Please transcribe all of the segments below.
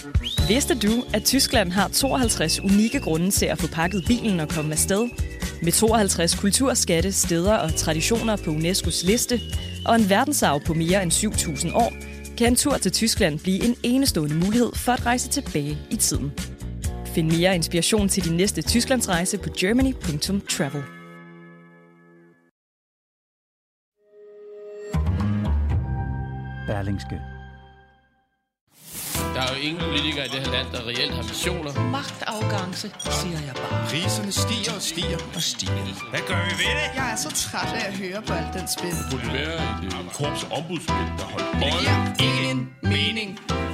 Vidste du, at Tyskland har 52 unikke grunde til at få pakket bilen og komme afsted? Med 52 kulturskatte, steder og traditioner på UNESCO's liste, og en verdensarv på mere end 7.000 år, kan en tur til Tyskland blive en enestående mulighed for at rejse tilbage i tiden. Find mere inspiration til din næste Tysklandsrejse på germany.travel. Berlingske. Der er jo ingen politikere i det her land, der reelt har visioner. Magtafgangse, siger jeg bare. Priserne stiger og stiger og stiger. Hvad gør vi ved det? Jeg er så træt af at høre på alt den spil. Det burde være et korps ombudsmænd, der holdt Det giver ingen mening.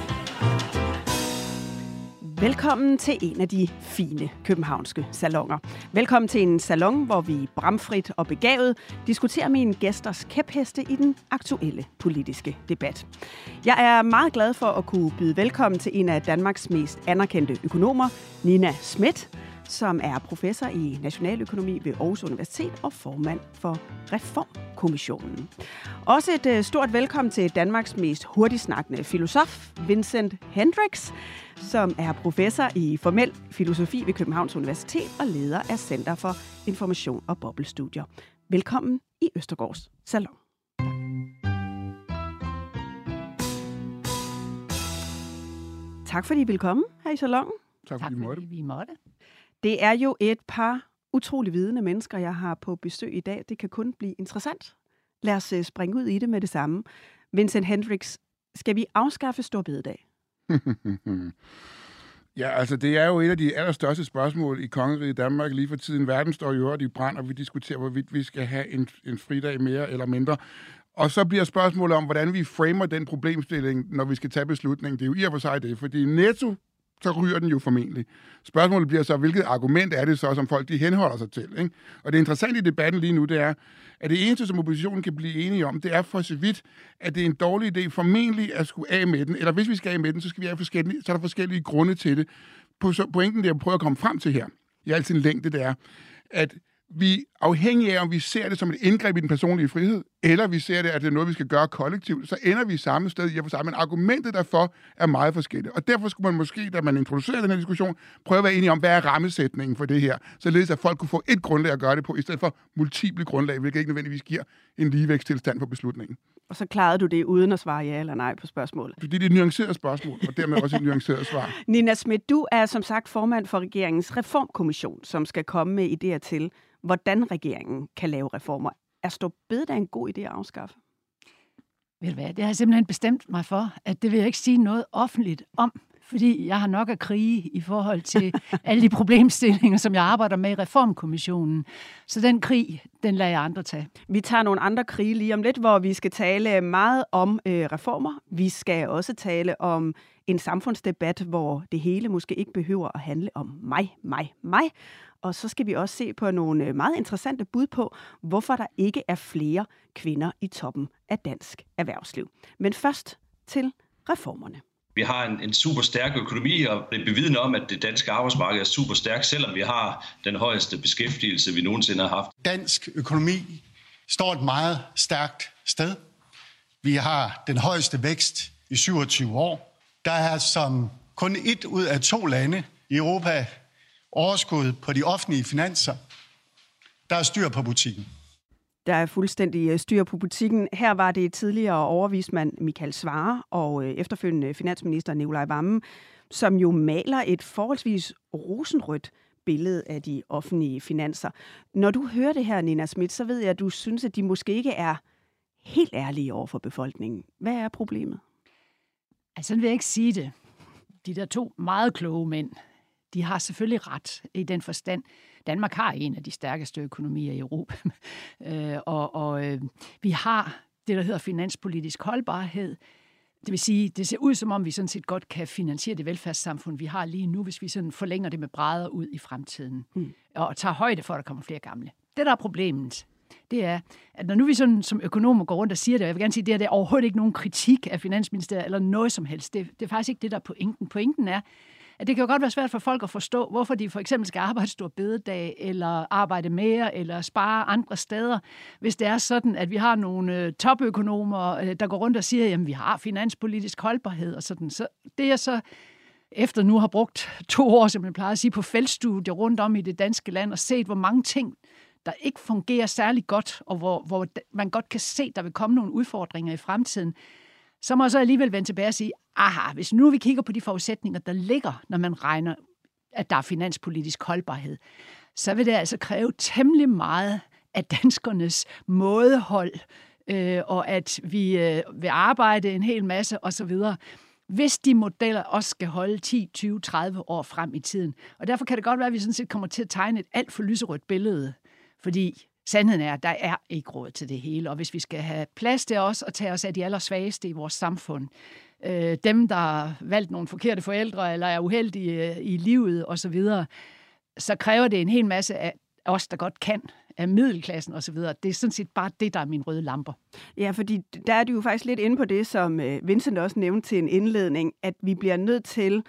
Velkommen til en af de fine københavnske salonger. Velkommen til en salon, hvor vi bramfrit og begavet diskuterer mine gæsters kæpheste i den aktuelle politiske debat. Jeg er meget glad for at kunne byde velkommen til en af Danmarks mest anerkendte økonomer, Nina Smith, som er professor i nationaløkonomi ved Aarhus Universitet og formand for Reformkommissionen. Også et stort velkommen til Danmarks mest hurtigsnakkende filosof, Vincent Hendricks, som er professor i formel filosofi ved Københavns Universitet og leder af Center for Information og Boblestudier. Velkommen i Østergaards Salon. Tak fordi I vil komme her i salonen. Tak fordi vi måtte. Det er jo et par utrolig vidende mennesker, jeg har på besøg i dag. Det kan kun blive interessant. Lad os springe ud i det med det samme. Vincent Hendricks, skal vi afskaffe store bededag? Ja, altså det er jo et af de allerstørste spørgsmål i kongeriget Danmark lige for tiden. Verden står i øvrigt i brand, og vi diskuterer, hvorvidt vi skal have en fridag mere eller mindre. Og så bliver spørgsmålet om, hvordan vi framer den problemstilling, når vi skal tage beslutningen. Det er jo i og for sig det, fordi netto så ryger den jo formentlig. Spørgsmålet bliver så, hvilket argument er det så, som folk de henholder sig til, ikke? Og det interessante i debatten lige nu, det er, at det eneste, som oppositionen kan blive enige om, det er for så vidt, at det er en dårlig idé formentlig at skulle af med den, eller hvis vi skal af med den, så skal vi have forskellige, så er der forskellige grunde til det. Pointen, det jeg prøver at komme frem til her, i al sin længde, det er, at vi afhængig af, om vi ser det som et indgreb i den personlige frihed, eller vi ser det, at det er noget, vi skal gøre kollektivt, så ender vi samme sted i og for sig. Men argumentet derfor er meget forskelligt. Og derfor skulle man måske, da man introducerer den her diskussion, prøve at være enige om, hvad er rammesætningen for det her, således at folk kunne få et grundlag at gøre det på, i stedet for multiple grundlag, hvilket ikke nødvendigvis giver en ligevægtstilstand for beslutningen. Og så klarede du det uden at svare ja eller nej på spørgsmålet. Fordi det er et nuanceret spørgsmål, og dermed også et nuanceret svar. Nina Smith, du er som sagt formand for regeringens Reformkommission, som skal komme med idéer til, hvordan regeringen kan lave reformer. Er store bededag en god idé at afskaffe? Ved du hvad, det har jeg simpelthen bestemt mig for, at det vil jeg ikke sige noget offentligt om, fordi jeg har nok at krige i forhold til alle de problemstillinger, som jeg arbejder med i Reformkommissionen. Så den krig, den lader jeg andre tage. Vi tager nogle andre krige lige om lidt, hvor vi skal tale meget om reformer. Vi skal også tale om en samfundsdebat, hvor det hele måske ikke behøver at handle om mig. Og så skal vi også se på nogle meget interessante bud på, hvorfor der ikke er flere kvinder i toppen af dansk erhvervsliv. Men først til reformerne. Vi har en super stærk økonomi, og det er bevidende om, at det danske arbejdsmarked er super stærkt, selvom vi har den højeste beskæftigelse, vi nogensinde har haft. Dansk økonomi står et meget stærkt sted. Vi har den højeste vækst i 27 år. Der er som kun 1 ud af 2 lande i Europa overskud på de offentlige finanser. Der er styr på butikken. Der er fuldstændig styr på butikken. Her var det tidligere overvismand Michael Svarer og efterfølgende finansminister Nicolai Wammen, som jo maler et forholdsvis rosenrødt billede af de offentlige finanser. Når du hører det her, Nina Smith, så ved jeg, at du synes, at de måske ikke er helt ærlige over for befolkningen. Hvad er problemet? Altså, sådan vil jeg ikke sige det. De der 2 meget kloge mænd, de har selvfølgelig ret i den forstand. Danmark har en af de stærkeste økonomier i Europa. Vi har det, der hedder finanspolitisk holdbarhed. Det vil sige, det ser ud som om, vi sådan set godt kan finansiere det velfærdssamfund, vi har lige nu, hvis vi sådan forlænger det med brædder ud i fremtiden. Og tager højde for, at der kommer flere gamle. Det, der er problemet, det er, at når nu vi sådan som økonomer går rundt og siger det, og jeg vil gerne sige, det er overhovedet ikke nogen kritik af Finansministeriet eller noget som helst. Det er faktisk ikke det, der er pointen. Pointen er, at det kan jo godt være svært for folk at forstå, hvorfor de for eksempel skal arbejde stor bededag, eller arbejde mere, eller spare andre steder, hvis det er sådan, at vi har nogle topøkonomer, der går rundt og siger, at vi har finanspolitisk holdbarhed og sådan. Så det jeg så efter nu har brugt 2 år, som man plejer at sige, på feltstudier rundt om i det danske land, og set, hvor mange ting, der ikke fungerer særlig godt, og hvor man godt kan se, der vil komme nogle udfordringer i fremtiden, så må jeg så alligevel vende tilbage og sige, hvis nu vi kigger på de forudsætninger, der ligger, når man regner, at der er finanspolitisk holdbarhed, så vil det altså kræve temmelig meget af danskernes mådehold, og at vi vil arbejde en hel masse osv., hvis de modeller også skal holde 10, 20, 30 år frem i tiden. Og derfor kan det godt være, at vi sådan set kommer til at tegne et alt for lyserødt billede, fordi sandheden er, at der er ikke råd til det hele, og hvis vi skal have plads til os og tage os af de allersvageste i vores samfund, dem, der har valgt nogle forkerte forældre, eller er uheldige i livet osv., så kræver det en hel masse af os, der godt kan, af middelklassen osv. Det er sådan set bare det, der er mine røde lamper. Ja, fordi der er du jo faktisk lidt inde på det, som Vincent også nævnte til en indledning, at vi bliver nødt til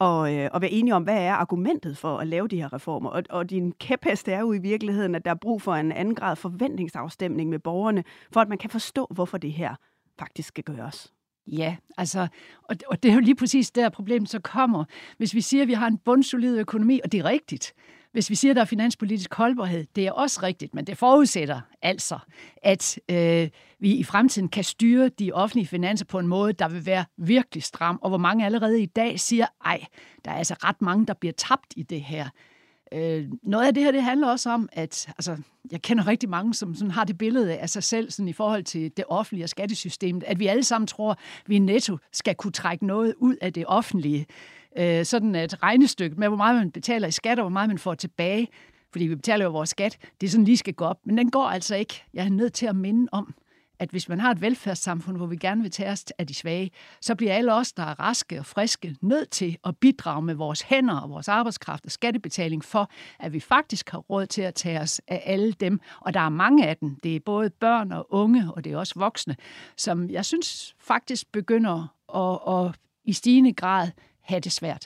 at være enige om, hvad er argumentet for at lave de her reformer. Og din kæphest er jo i virkeligheden, at der er brug for en anden grad forventningsafstemning med borgerne, for at man kan forstå, hvorfor det her faktisk skal gøres. Ja, altså, og det er jo lige præcis der problemet så kommer. Hvis vi siger, at vi har en bundsolid økonomi, og det er rigtigt. Hvis vi siger, at der er finanspolitisk holdbarhed, det er også rigtigt, men det forudsætter altså, at vi i fremtiden kan styre de offentlige finanser på en måde, der vil være virkelig stram, og hvor mange allerede i dag siger, der er altså ret mange, der bliver tabt i det her. Noget af det her, det handler også om, at jeg kender rigtig mange, som sådan har det billede af sig selv sådan i forhold til det offentlige og skattesystemet, at vi alle sammen tror, at vi netto skal kunne trække noget ud af det offentlige. Sådan et regnestykke med, hvor meget man betaler i skat, og hvor meget man får tilbage, fordi vi betaler jo vores skat, det sådan lige skal gå op. Men den går altså ikke. Jeg er nødt til at minde om, at hvis man har et velfærdssamfund, hvor vi gerne vil tage os af de svage, så bliver alle os, der er raske og friske, nødt til at bidrage med vores hænder og vores arbejdskraft og skattebetaling for, at vi faktisk har råd til at tage os af alle dem. Og der er mange af dem. Det er både børn og unge, og det er også voksne, som jeg synes faktisk begynder at i stigende grad have det svært.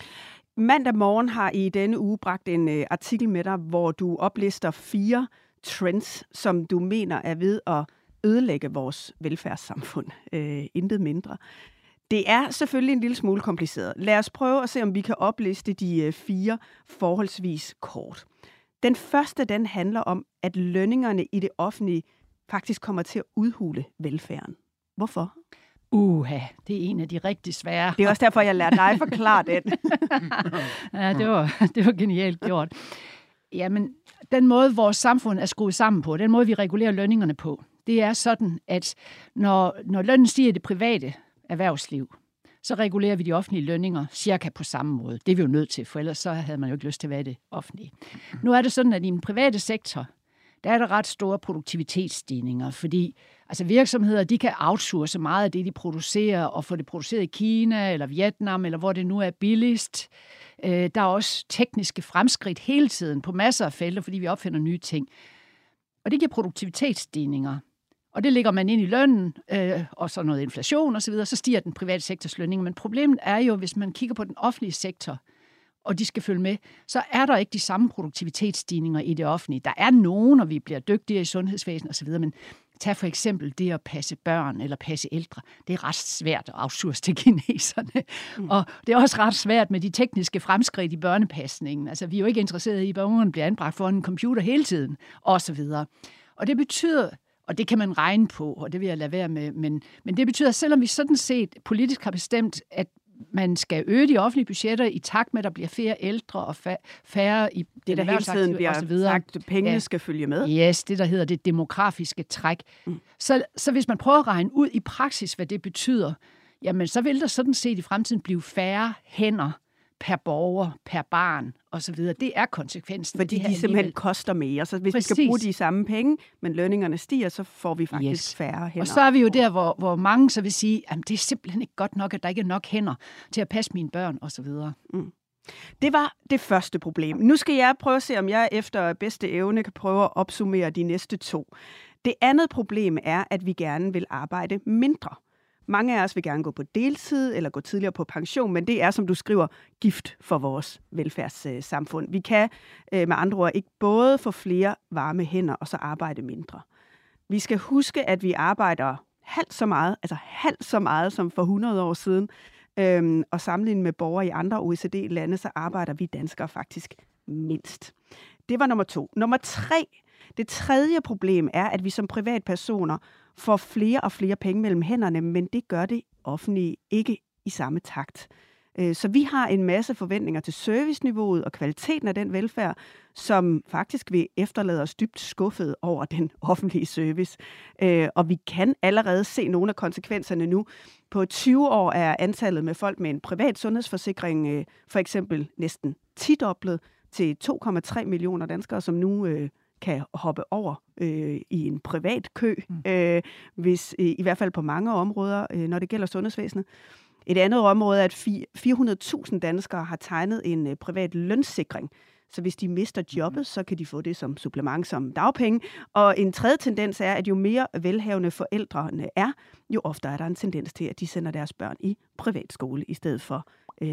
Mandag morgen har I denne uge bragt en artikel med dig, hvor du oplister 4 trends, som du mener er ved at ødelægge vores velfærdssamfund. Intet mindre. Det er selvfølgelig en lille smule kompliceret. Lad os prøve at se, om vi kan opliste de 4 forholdsvis kort. Den første, den handler om, at lønningerne i det offentlige faktisk kommer til at udhule velfærden. Hvorfor? Det er en af de rigtig svære. Det er også derfor, jeg lærte dig forklare den. Ja, det var genialt gjort. Jamen, den måde, vores samfund er skruet sammen på, den måde, vi regulerer lønningerne på, det er sådan, at når lønnen stiger i det private erhvervsliv, så regulerer vi de offentlige lønninger cirka på samme måde. Det er vi jo nødt til, for ellers så havde man jo ikke lyst til at være det offentlige. Nu er det sådan, at i den private sektor, der er der ret store produktivitetsstigninger, fordi virksomheder, de kan outsource meget af det, de producerer, og få det produceret i Kina eller Vietnam, eller hvor det nu er billigst. Der er også tekniske fremskridt hele tiden på masser af felter, fordi vi opfinder nye ting. Og det giver produktivitetsstigninger. Og det lægger man ind i lønnen, og så noget inflation osv., så stiger den private sektors lønninger. Men problemet er jo, hvis man kigger på den offentlige sektor, og de skal følge med, så er der ikke de samme produktivitetsstigninger i det offentlige. Der er nogen, og vi bliver dygtigere i sundhedsvæsenet osv., men tag for eksempel det at passe børn eller passe ældre. Det er ret svært at outsource til kineserne. Og det er også ret svært med de tekniske fremskridt i børnepasningen. Vi er jo ikke interesserede i, at ungerne bliver anbragt foran en computer hele tiden, osv. Og det betyder, og det kan man regne på, og det vil jeg lade være med, men det betyder, at selvom vi sådan set politisk har bestemt, at man skal øge de offentlige budgetter i takt med, at der bliver flere ældre og færre i det, der hele tiden bliver sagt, at pengene skal følge med. Yes, det der hedder det demografiske træk. Så hvis man prøver at regne ud i praksis, hvad det betyder, jamen så vil der sådan set i fremtiden blive færre hænder per borger, per barn osv. Det er konsekvensen. Fordi de simpelthen koster mere. Så hvis vi skal bruge de samme penge, men lønningerne stiger, så får vi faktisk færre hænder. Og så er vi jo der, hvor mange så vil sige, at det er simpelthen ikke godt nok, at der ikke er nok hænder til at passe mine børn osv. Det var det første problem. Nu skal jeg prøve at se, om jeg efter bedste evne kan prøve at opsummere de næste 2. Det andet problem er, at vi gerne vil arbejde mindre. Mange af os vil gerne gå på deltid eller gå tidligere på pension, men det er, som du skriver, gift for vores velfærdssamfund. Vi kan med andre ord ikke både få flere varme hænder og så arbejde mindre. Vi skal huske, at vi arbejder halvt så meget som for 100 år siden. og sammenlignet med borgere i andre OECD-lande, så arbejder vi danskere faktisk mindst. Det var nummer 2. Nummer 3. Det tredje problem er, at vi som privatpersoner får flere og flere penge mellem hænderne, men det gør det offentlige ikke i samme takt. Så vi har en masse forventninger til serviceniveauet og kvaliteten af den velfærd, som faktisk vil efterlade os dybt skuffet over den offentlige service. Og vi kan allerede se nogle af konsekvenserne nu. På 20 år er antallet med folk med en privat sundhedsforsikring for eksempel næsten 10-doblet til 2,3 millioner danskere, som nu kan hoppe over i en privat kø, hvis i hvert fald på mange områder, når det gælder sundhedsvæsenet. Et andet område er, at 400.000 danskere har tegnet en privat lønsikring. Så hvis de mister jobbet, så kan de få det som supplement, som dagpenge. Og en tredje tendens er, at jo mere velhavende forældrene er, jo oftere er der en tendens til, at de sender deres børn i privatskole i stedet for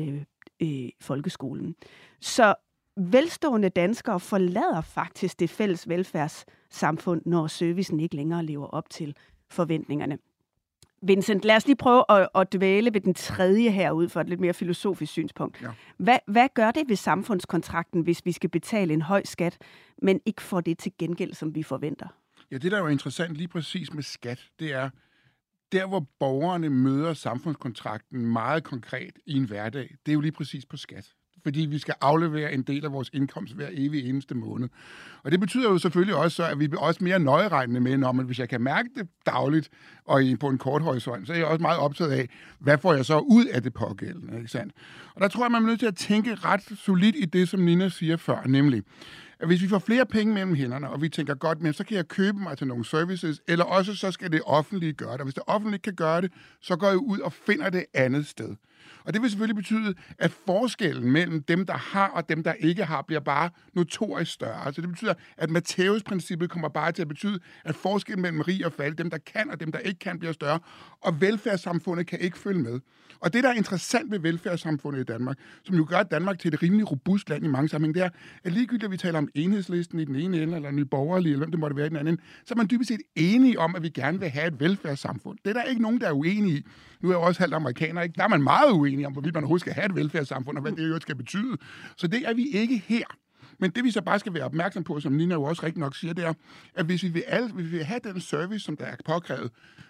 folkeskolen. Så velstående danskere forlader faktisk det fælles velfærdssamfund, når servicen ikke længere lever op til forventningerne. Vincent, lad os lige prøve at dvæle ved den tredje her ud for et lidt mere filosofisk synspunkt. Ja. Hvad gør det ved samfundskontrakten, hvis vi skal betale en høj skat, men ikke får det til gengæld, som vi forventer? Ja, det der er jo interessant lige præcis med skat, det er der, hvor borgerne møder samfundskontrakten meget konkret i en hverdag. Det er jo lige præcis på skat. Fordi vi skal aflevere en del af vores indkomst hver evig eneste måned. Og det betyder jo selvfølgelig også, så, at vi bliver også mere nøjeregnende med, når man, hvis jeg kan mærke det dagligt og på en kort horisont, så er jeg også meget optaget af, hvad får jeg så ud af det pågældende, ikke sandt? Og der tror jeg, man er nødt til at tænke ret solidt i det, som Nina siger før, nemlig, at hvis vi får flere penge mellem hænderne, og vi tænker godt, men så kan jeg købe mig til nogle services, eller også så skal det offentlige gøre det. Og hvis det offentlige kan gøre det, så går jeg ud og finder det andet sted. Og det vil selvfølgelig betyde, at forskellen mellem dem, der har og dem, der ikke har, bliver bare notorisk større. Altså det betyder, at Matthæus-princippet kommer bare til at betyde, at forskellen mellem rig og fattig, dem, der kan og dem, der ikke kan, bliver større. Og velfærdssamfundet kan ikke følge med. Og det, der er interessant ved velfærdssamfundet i Danmark, som jo gør Danmark til et rimelig robust land i mange sammenhæng, det er, at ligegyldigt, at vi taler om Enhedslisten i den ene ende, eller Nye Borgerlige, eller hvem det måtte være i den anden, så er man dybest set enige om, at vi gerne vil have et velfærdssamfund. Det er der ikke nogen, der er uenige i. Nu er jeg jo også halvt amerikaner, ikke? Der er man meget uenige om, hvorvidt man overhovedet skal have et velfærdssamfund, og hvad det jo skal betyde. Så det er vi ikke her. Men det vi så bare skal være opmærksom på, som Nina jo også rigtig nok siger, det er, at hvis vi vil have den service, som der er påkrævet,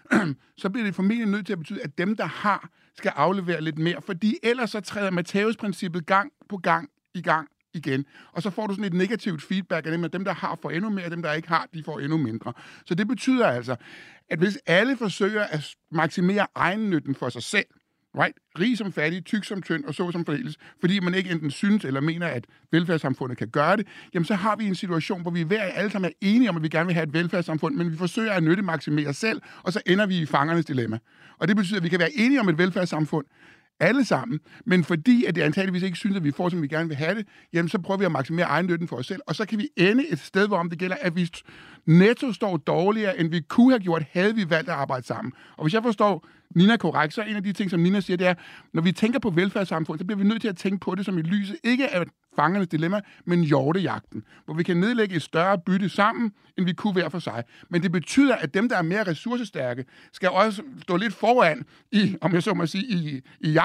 så bliver det formentlig nødt til at betyde, at dem, der har, skal aflevere lidt mere, fordi ellers så træder Matthæus-princippet gang på gang i gang igen. Og så får du sådan et negativt feedback af dem, at dem, der har, får endnu mere, og dem, der ikke har, de får endnu mindre. Så det betyder altså, at hvis alle forsøger at maksimere egennytten for sig selv, right? Rig som fattig, tyk som tynd og så som fordeles, fordi man ikke enten synes eller mener, at velfærdssamfundet kan gøre det, jamen så har vi en situation, hvor vi alle sammen er enige om, at vi gerne vil have et velfærdssamfund, men vi forsøger at nyttemaksimere selv, og så ender vi i fangernes dilemma. Og det betyder, at vi kan være enige om et velfærdssamfund, alle sammen, men fordi at det antageligvis ikke synes, at vi får, som vi gerne vil have det, jamen så prøver vi at maksimere egennytten for os selv, og så kan vi ende et sted, hvor om det gælder, at vi netto står dårligere, end vi kunne have gjort, havde vi valgt at arbejde sammen. Og hvis jeg forstår Nina korrekt, så er en af de ting, som Nina siger, det er, når vi tænker på velfærdssamfund, så bliver vi nødt til at tænke på det som i lyset, ikke af fangernes dilemma, men hjortejagten, hvor vi kan nedlægge et større bytte sammen, end vi kunne hver for sig. Men det betyder, at dem, der er mere ressourcestærke, skal også stå lidt foran i, om jeg så må sige,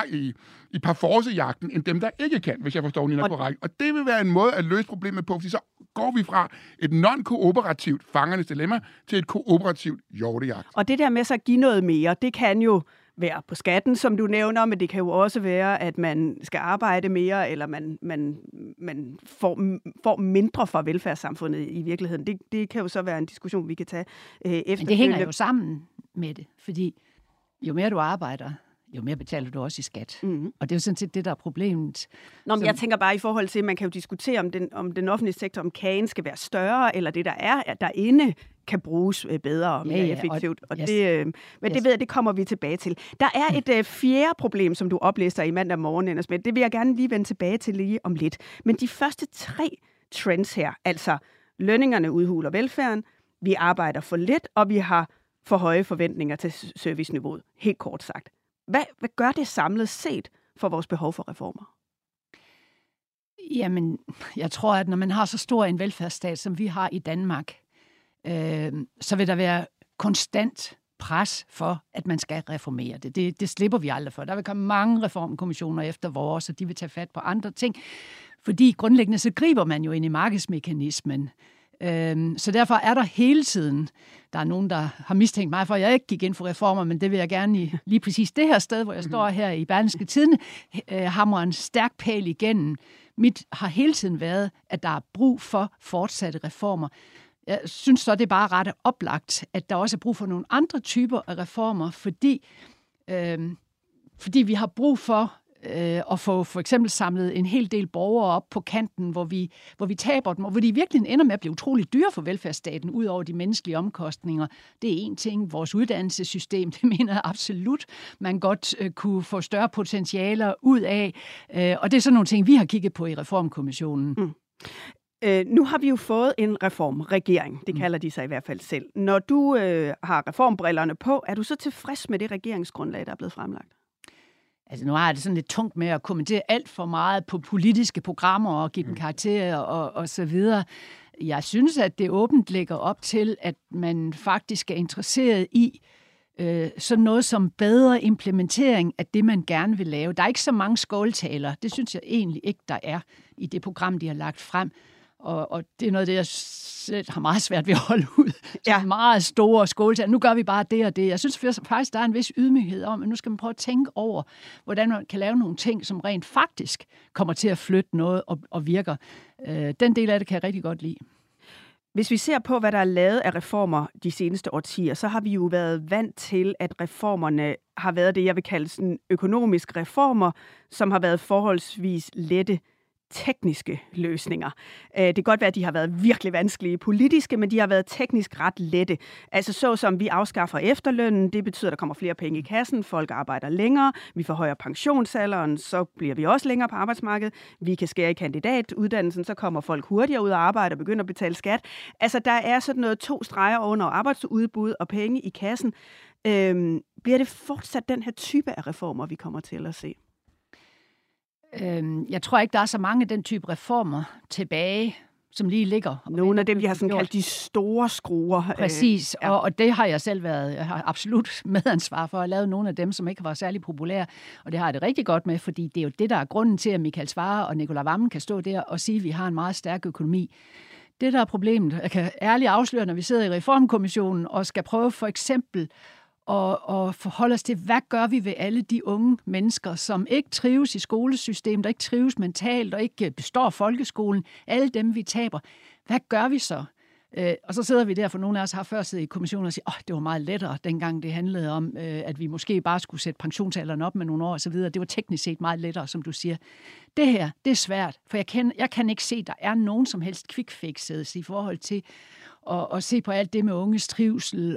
i parforcejagten, end dem, der ikke kan, hvis jeg forstår Nina korrekt. Og det vil være en måde at løse problemet på, fordi så går vi fra et non-kooperativt fangernes dilemma til et kooperativt hjortejagt. Og det der med så at give noget mere, det kan jo være på skatten, som du nævner, men det kan jo også være, at man skal arbejde mere, eller man får mindre fra velfærdssamfundet i virkeligheden. Det kan jo så være en diskussion, vi kan tage efterfølgende. Men det hænger jo sammen med det, fordi jo mere du arbejder, jo mere betaler du også i skat. Mm-hmm. Og det er jo sådan set det, der er problemet. Nå, men jeg tænker bare i forhold til, at man kan jo diskutere, om den offentlige sektor, om kagen skal være større, eller det, der er derinde, kan bruges bedre og mere effektivt. Og det ved jeg, det kommer vi tilbage til. Der er et fjerde problem, som du oplæser i mandag morgen, Anders Schmidt. Det vil jeg gerne lige vende tilbage til lige om lidt. Men de første 3 trends her, altså lønningerne udhuler velfærden, vi arbejder for lidt, og vi har for høje forventninger til serviceniveauet, helt kort sagt. Hvad gør det samlet set for vores behov for reformer? Jamen, jeg tror, at når man har så stor en velfærdsstat, som vi har i Danmark, så vil der være konstant pres for, at man skal reformere det. Det slipper vi aldrig for. Der vil komme mange reformkommissioner efter vores, og de vil tage fat på andre ting. Fordi grundlæggende så griber man jo ind i markedsmekanismen. Så derfor er der hele tiden, der er nogen, der har mistænkt mig for, at jeg ikke gik ind for reformer, men det vil jeg gerne i lige præcis det her sted, hvor jeg står her i Berlingske Tidende, hamrer en stærk pæl igennem. Mit har hele tiden været, at der er brug for fortsatte reformer. Jeg synes så, det er bare ret oplagt, at der også er brug for nogle andre typer af reformer, fordi vi har brug for at få for eksempel samlet en hel del borgere op på kanten, hvor vi taber dem, og hvor de virkelig ender med at blive utroligt dyre for velfærdsstaten, ud over de menneskelige omkostninger. Det er en ting. Vores uddannelsessystem, det mener jeg absolut, man godt kunne få større potentialer ud af, og det er sådan nogle ting, vi har kigget på i Reformkommissionen. Nu har vi jo fået en reformregering, det kalder de sig i hvert fald selv. Når du har reformbrillerne på, er du så tilfreds med det regeringsgrundlag, der er blevet fremlagt? Altså nu har jeg det sådan lidt tungt med at kommentere alt for meget på politiske programmer og give dem karakterer og så videre. Jeg synes, at det åbent lægger op til, at man faktisk er interesseret i sådan noget som bedre implementering af det, man gerne vil lave. Der er ikke så mange skåltaler. Det synes jeg egentlig ikke, der er i det program, de har lagt frem. Og det er noget af det, jeg selv har meget svært ved at holde ud. Ja. Meget store skåltaler. Nu gør vi bare det og det. Jeg synes faktisk, der er en vis ydmyghed om, at nu skal man prøve at tænke over, hvordan man kan lave nogle ting, som rent faktisk kommer til at flytte noget og virker. Den del af det kan jeg rigtig godt lide. Hvis vi ser på, hvad der er lavet af reformer de seneste årtier, så har vi jo været vant til, at reformerne har været det, jeg vil kalde sådan økonomiske reformer, som har været forholdsvis lette tekniske løsninger. Det kan godt være, at de har været virkelig vanskelige politiske, men de har været teknisk ret lette. Altså så som vi afskaffer efterlønnen, det betyder, at der kommer flere penge i kassen, folk arbejder længere, vi forhøjer pensionsalderen, så bliver vi også længere på arbejdsmarkedet, vi kan skære i kandidatuddannelsen, så kommer folk hurtigere ud af arbejde og begynder at betale skat. Altså der er sådan noget 2 streger under arbejdsudbud og penge i kassen. Bliver det fortsat den her type af reformer, vi kommer til at se? Jeg tror ikke, der er så mange af den type reformer tilbage, som lige ligger. Nogle af dem, vi har sådan kaldt de store skruer. Præcis, og det har jeg selv været. Jeg har absolut medansvar for at lave nogle af dem, som ikke var særlig populære. Og det har jeg det rigtig godt med, fordi det er jo det, der er grunden til, at Michael Svarer og Nicolai Wammen kan stå der og sige, at vi har en meget stærk økonomi. Det, der er problemet, jeg kan ærligt afsløre, når vi sidder i Reformkommissionen og skal prøve for eksempel og forholde os til, hvad gør vi ved alle de unge mennesker, som ikke trives i skolesystemet, der ikke trives mentalt, og ikke består folkeskolen, alle dem, vi taber. Hvad gør vi så? Og så sidder vi der, for nogle af os har før siddet i kommissionen og siger, det var meget lettere, dengang det handlede om, at vi måske bare skulle sætte pensionsalderen op med nogle år og så videre. Det var teknisk set meget lettere, som du siger. Det her, det er svært, for jeg kan ikke se, at der er nogen som helst quick fixes i forhold til og se på alt det med unges trivsel,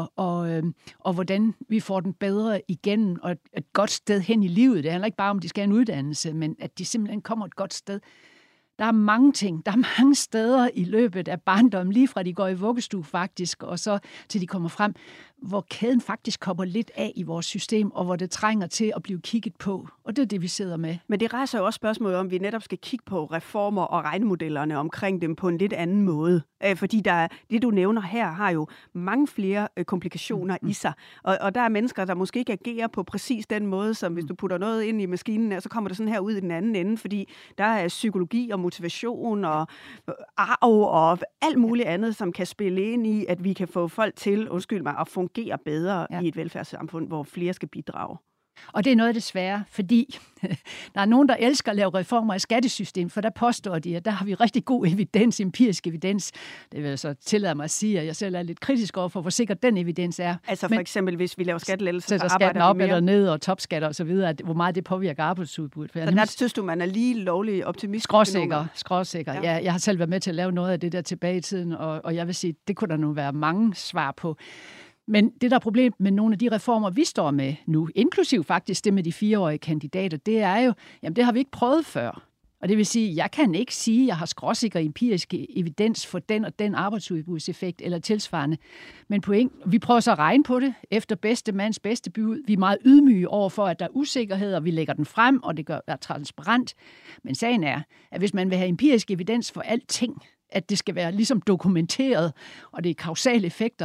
og hvordan vi får den bedre igen, og et godt sted hen i livet. Det handler ikke bare om, at de skal have en uddannelse, men at de simpelthen kommer et godt sted. Der er mange ting. Der er mange steder i løbet af barndommen, lige fra de går i vuggestue faktisk, og så til de kommer frem, hvor kæden faktisk kommer lidt af i vores system, og hvor det trænger til at blive kigget på. Og det er det, vi sidder med. Men det rejser jo også spørgsmålet om, at vi netop skal kigge på reformer og regnemodellerne omkring dem på en lidt anden måde. Fordi det, du nævner her, har jo mange flere komplikationer i sig. Og der er mennesker, der måske ikke agerer på præcis den måde, som hvis du putter noget ind i maskinen, så kommer det sådan her ud i den anden ende, fordi der er psykologi og motivation og arv og alt muligt andet, som kan spille ind i, at vi kan få folk til, at fungere bedre i et velfærdssamfund, hvor flere skal bidrage. Og det er noget af det svære, fordi der er nogen, der elsker at lave reformer i skattesystemet, for der påstår de, at der har vi rigtig god evidens, empirisk evidens. Det vil jeg så tillade mig at sige, at jeg selv er lidt kritisk over for, hvor sikkert den evidens er. Altså for eksempel, hvis vi laver skattelettelser, så skatten op eller ned, og topskatter osv., hvor meget det påvirker arbejdsudbuddet. Så der synes du, man er lige lovlig optimistisk? Skråsikker. Ja. Jeg har selv været med til at lave noget af det der tilbage i tiden, og jeg vil sige, det kunne der nu være mange svar på. Men det, der er problemet med nogle af de reformer, vi står med nu, inklusiv faktisk det med de 4-årige kandidater, det er jo, jamen det har vi ikke prøvet før. Og det vil sige, jeg kan ikke sige, at jeg har skråsikker empirisk evidens for den og den arbejdsudbudseffekt eller tilsvarende. Men vi prøver så at regne på det efter bedste mands bedste bud. Vi er meget ydmyge over for, at der er usikkerhed, og vi lægger den frem, og det gør er transparent. Men sagen er, at hvis man vil have empirisk evidens for alting, at det skal være ligesom dokumenteret, og det er kausale effekter,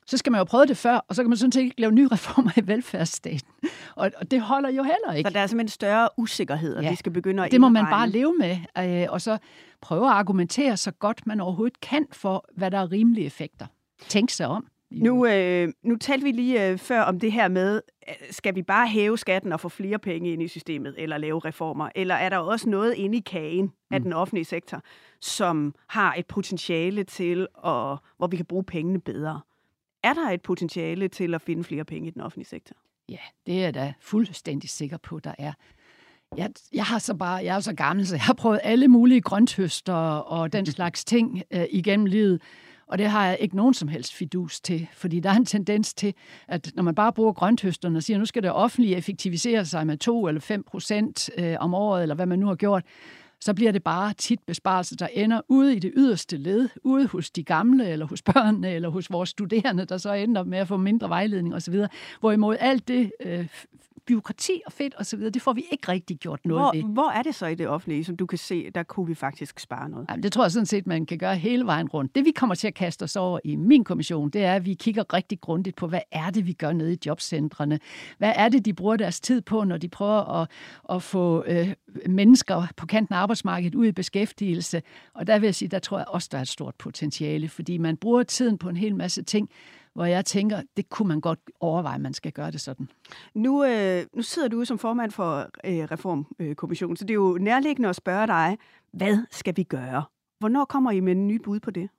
så skal man jo prøve det før, og så kan man sådan set ikke lave nye reformer i velfærdsstaten. Og det holder jo heller ikke. Så der er simpelthen større usikkerhed, og vi skal begynde at det må man bare leve med, og så prøve at argumentere så godt man overhovedet kan for, hvad der er rimelige effekter. Tænk sig om. Nu talte vi lige før om det her med, skal vi bare hæve skatten og få flere penge ind i systemet, eller lave reformer? Eller er der også noget inde i kagen af den offentlige sektor, som har et potentiale til, hvor vi kan bruge pengene bedre? Er der et potentiale til at finde flere penge i den offentlige sektor? Ja, det er jeg da fuldstændig sikker på, der er. Jeg er jo så gammel, så jeg har prøvet alle mulige grønthøster og den slags ting igennem livet. Og det har jeg ikke nogen som helst fidus til, fordi der er en tendens til, at når man bare bruger grønthøsterne og siger, at nu skal det offentlige effektivisere sig med 2 eller 5% om året, eller hvad man nu har gjort, så bliver det bare tit besparelser, der ender ude i det yderste led, ude hos de gamle, eller hos børnene, eller hos vores studerende, der så ender med at få mindre vejledning osv. Hvorimod alt det bureaukrati og fedt osv., det får vi ikke rigtig gjort noget ved. Hvor er det så i det offentlige, som du kan se, der kunne vi faktisk spare noget? Jamen, det tror jeg sådan set, man kan gøre hele vejen rundt. Det vi kommer til at kaste os over i min kommission, det er, at vi kigger rigtig grundigt på, hvad er det, vi gør nede i jobcentrene? Hvad er det, de bruger deres tid på, når de prøver at få mennesker på kanten af arbejdsmarkedet ud i beskæftigelse? Og der vil jeg sige, der tror jeg også, der er et stort potentiale, fordi man bruger tiden på en hel masse ting, hvor jeg tænker, det kunne man godt overveje, at man skal gøre det sådan. Nu sidder du som formand for Reformkommissionen, så det er jo nærliggende at spørge dig, hvad skal vi gøre? Hvornår kommer I med en ny bud på det?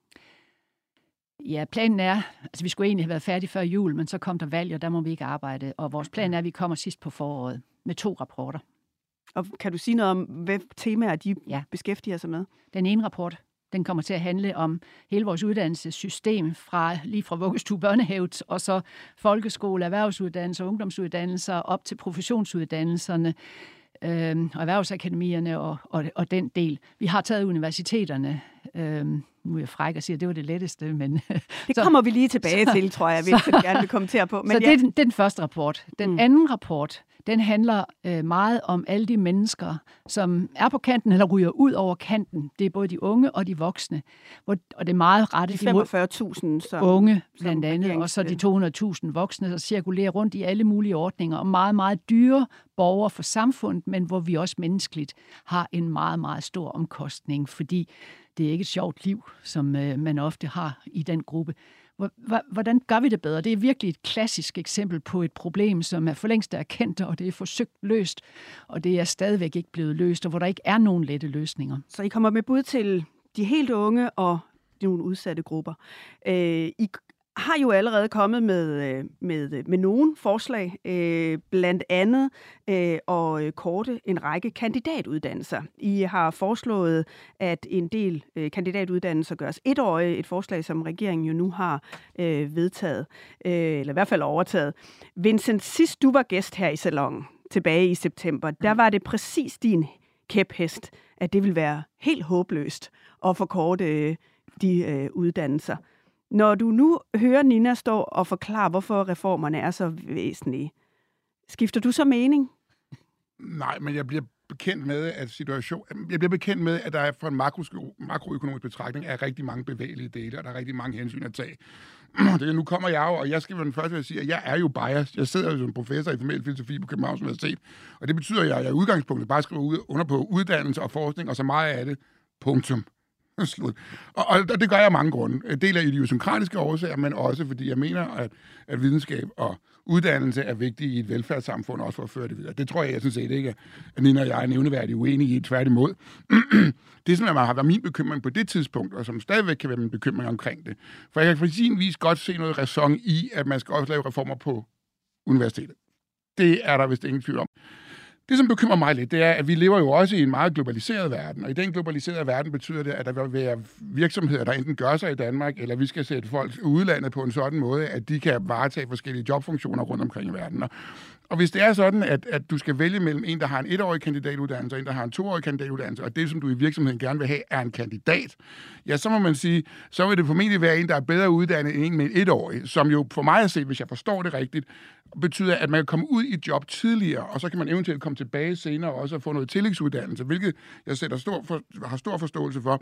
Ja, planen er, altså vi skulle egentlig have været færdige før jul, men så kom der valg, og der må vi ikke arbejde. Og vores plan er, at vi kommer sidst på foråret med 2 rapporter. Og kan du sige noget om, hvad temaer de beskæftiger sig med? Den ene rapport, den kommer til at handle om hele vores uddannelsessystem, lige fra vuggestue, børnehave og så folkeskole, erhvervsuddannelser, ungdomsuddannelser op til professionsuddannelserne og erhvervsakademierne og den del. Vi har taget universiteterne. Nu er jeg fræk og siger, at det var det letteste, men... Det kommer vi lige tilbage til, tror jeg, hvis jeg gerne vil kommentere på. Men det er den første rapport. Den anden rapport, den handler meget om alle de mennesker, som er på kanten eller ryger ud over kanten. Det er både de unge og de voksne. Og det er meget rettet de 45.000 unge blandt andet, og så de 200.000 voksne, der cirkulerer rundt i alle mulige ordninger, og meget, meget dyre borgere for samfundet, men hvor vi også menneskeligt har en meget, meget stor omkostning, fordi det er ikke et sjovt liv, som man ofte har i den gruppe. Hvordan gør vi det bedre? Det er virkelig et klassisk eksempel på et problem, som er for længst erkendt, og det er forsøgt løst, og det er stadigvæk ikke blevet løst, og hvor der ikke er nogen lette løsninger. Så I kommer med bud til de helt unge og nogle udsatte grupper. I har jo allerede kommet med nogle forslag, blandt andet at korte en række kandidatuddannelser. I har foreslået, at en del kandidatuddannelser gøres 1-årige, et forslag, som regeringen jo nu har vedtaget, eller i hvert fald overtaget. Vincent, sidst du var gæst her i Salonen, tilbage i september, der var det præcis din kæphest, at det vil være helt håbløst at forkorte de uddannelser. Når du nu hører Nina stå og forklare, hvorfor reformerne er så væsentlige, skifter du så mening? Nej, men jeg bliver bekendt med, at der er fra en makroøkonomisk betragtning er rigtig mange bevægelige dele, og der er rigtig mange hensyn at tage. Nu kommer jeg jo, og jeg skal være den første til at sige, at jeg er jo biased. Jeg sidder jo som professor i formel filosofi på Københavns Universitet, og det betyder, at jeg i udgangspunktet bare skriver under på uddannelse og forskning, og så meget af det, punktum. Slut. Og det gør jeg af mange grunde. En del af idiosynkratiske årsager, men også fordi jeg mener, at videnskab og uddannelse er vigtige i et velfærdssamfund, også for at føre det videre. Det tror jeg sådan set ikke, at Nina og jeg er nævneværdigt uenige i, tværtimod. Det, som har været min bekymring på det tidspunkt, og som stadigvæk kan være min bekymring omkring det. For jeg kan på sin vis godt se noget ræson i, at man skal også lave reformer på universitetet. Det er der vist ingen tvivl om. Det, som bekymrer mig lidt, det er, at vi lever jo også i en meget globaliseret verden, og i den globaliserede verden betyder det, at der vil være virksomheder, der enten gør sig i Danmark, eller vi skal sætte folk i udlandet på en sådan måde, at de kan varetage forskellige jobfunktioner rundt omkring i verden. Og hvis det er sådan, at du skal vælge mellem en, der har en 1-årig kandidatuddannelse, og en, der har en 2-årig kandidatuddannelse, og det, som du i virksomheden gerne vil have, er en kandidat, ja, så må man sige, så vil det formentlig være en, der er bedre uddannet end en med en 1-årig, som jo for mig at se, hvis jeg forstår det rigtigt, betyder, at man kan komme ud i job tidligere, og så kan man eventuelt komme tilbage senere også og få noget tillægsuddannelse, hvilket jeg har stor forståelse for.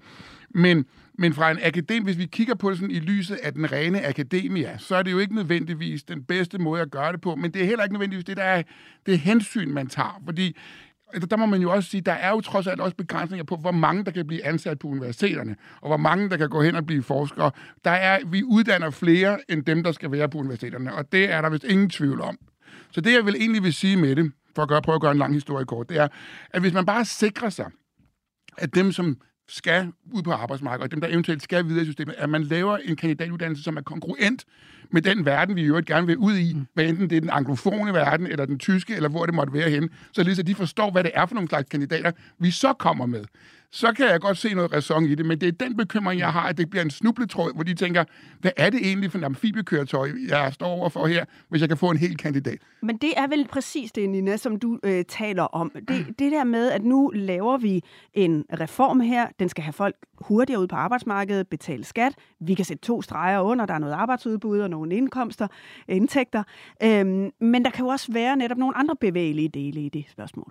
Men fra en akadem, hvis vi kigger på det sådan i lyset af den rene akademia, så er det jo ikke nødvendigvis den bedste måde at gøre det på, men det er heller ikke nødvendigvis det hensyn, man tager, fordi der må man jo også sige, der er jo trods alt også begrænsninger på, hvor mange der kan blive ansat på universiteterne, og hvor mange der kan gå hen og blive forskere. Vi uddanner flere end dem, der skal være på universiteterne, og det er der vist ingen tvivl om. Så det, jeg vil egentlig vil sige med det, for at prøve at gøre en lang historie kort, det er, at hvis man bare sikrer sig, at dem, som skal ud på arbejdsmarkedet, og dem, der eventuelt skal videre i systemet, at man laver en kandidatuddannelse, som er kongruent med den verden, vi jo gerne vil ud i, hvad enten det er den anglofone verden, eller den tyske, eller hvor det måtte være henne, så lige så de forstår, hvad det er for nogle slags kandidater, vi så kommer med. Så kan jeg godt se noget ræson i det, men det er den bekymring, jeg har, at det bliver en snubletråd, hvor de tænker, hvad er det egentlig for en amfibiekøretøj, jeg står overfor her, hvis jeg kan få en hel kandidat? Men det er vel præcis det, Nina, som du taler om. Det der med, at nu laver vi en reform her, den skal have folk hurtigere ud på arbejdsmarkedet, betale skat, vi kan sætte 2 streger under, der er noget arbejdsudbud og nogle indtægter, men der kan jo også være netop nogle andre bevægelige dele i det spørgsmål.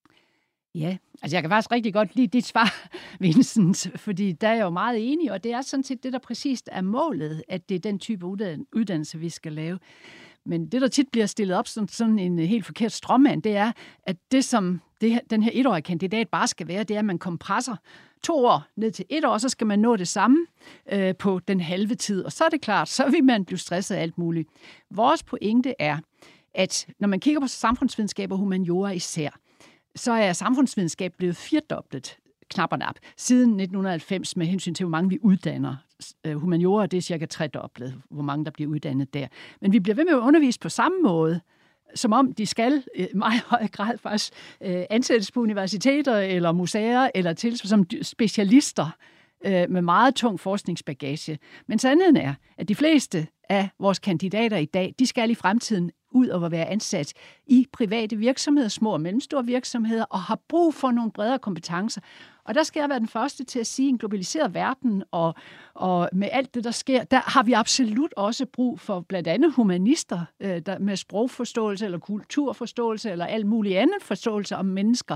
Ja, altså jeg kan faktisk rigtig godt lide dit svar, Vincent, fordi der er jeg jo meget enig, og det er sådan set det, der præcist er målet, at det er den type uddannelse, vi skal lave. Men det, der tit bliver stillet op som sådan en helt forkert stråmand, det er, at det, som den her 1-årige kandidat bare skal være, det er, at man kompresser 2 år ned til 1 år, så skal man nå det samme på den halve tid. Og så er det klart, så vil man blive stresset af alt muligt. Vores pointe er, at når man kigger på samfundsvidenskab og humaniora især, så er samfundsvidenskab blevet 4-doblet knap og nap siden 1990 med hensyn til, hvor mange vi uddanner. Humaniora, det er cirka 3-doblet, hvor mange der bliver uddannet der. Men vi bliver ved med at undervise på samme måde, som om de skal i meget høj grad faktisk ansættes på universiteter eller museer eller som specialister med meget tung forskningsbagage. Men sandheden er, at de fleste af vores kandidater i dag, de skal i fremtiden ud og være ansat i private virksomheder, små og mellemstore virksomheder, og har brug for nogle bredere kompetencer. Og der skal jeg være den første til at sige, at en globaliseret verden og med alt det, der sker, der har vi absolut også brug for blandt andet humanister der med sprogforståelse eller kulturforståelse eller alt muligt andet forståelse om mennesker.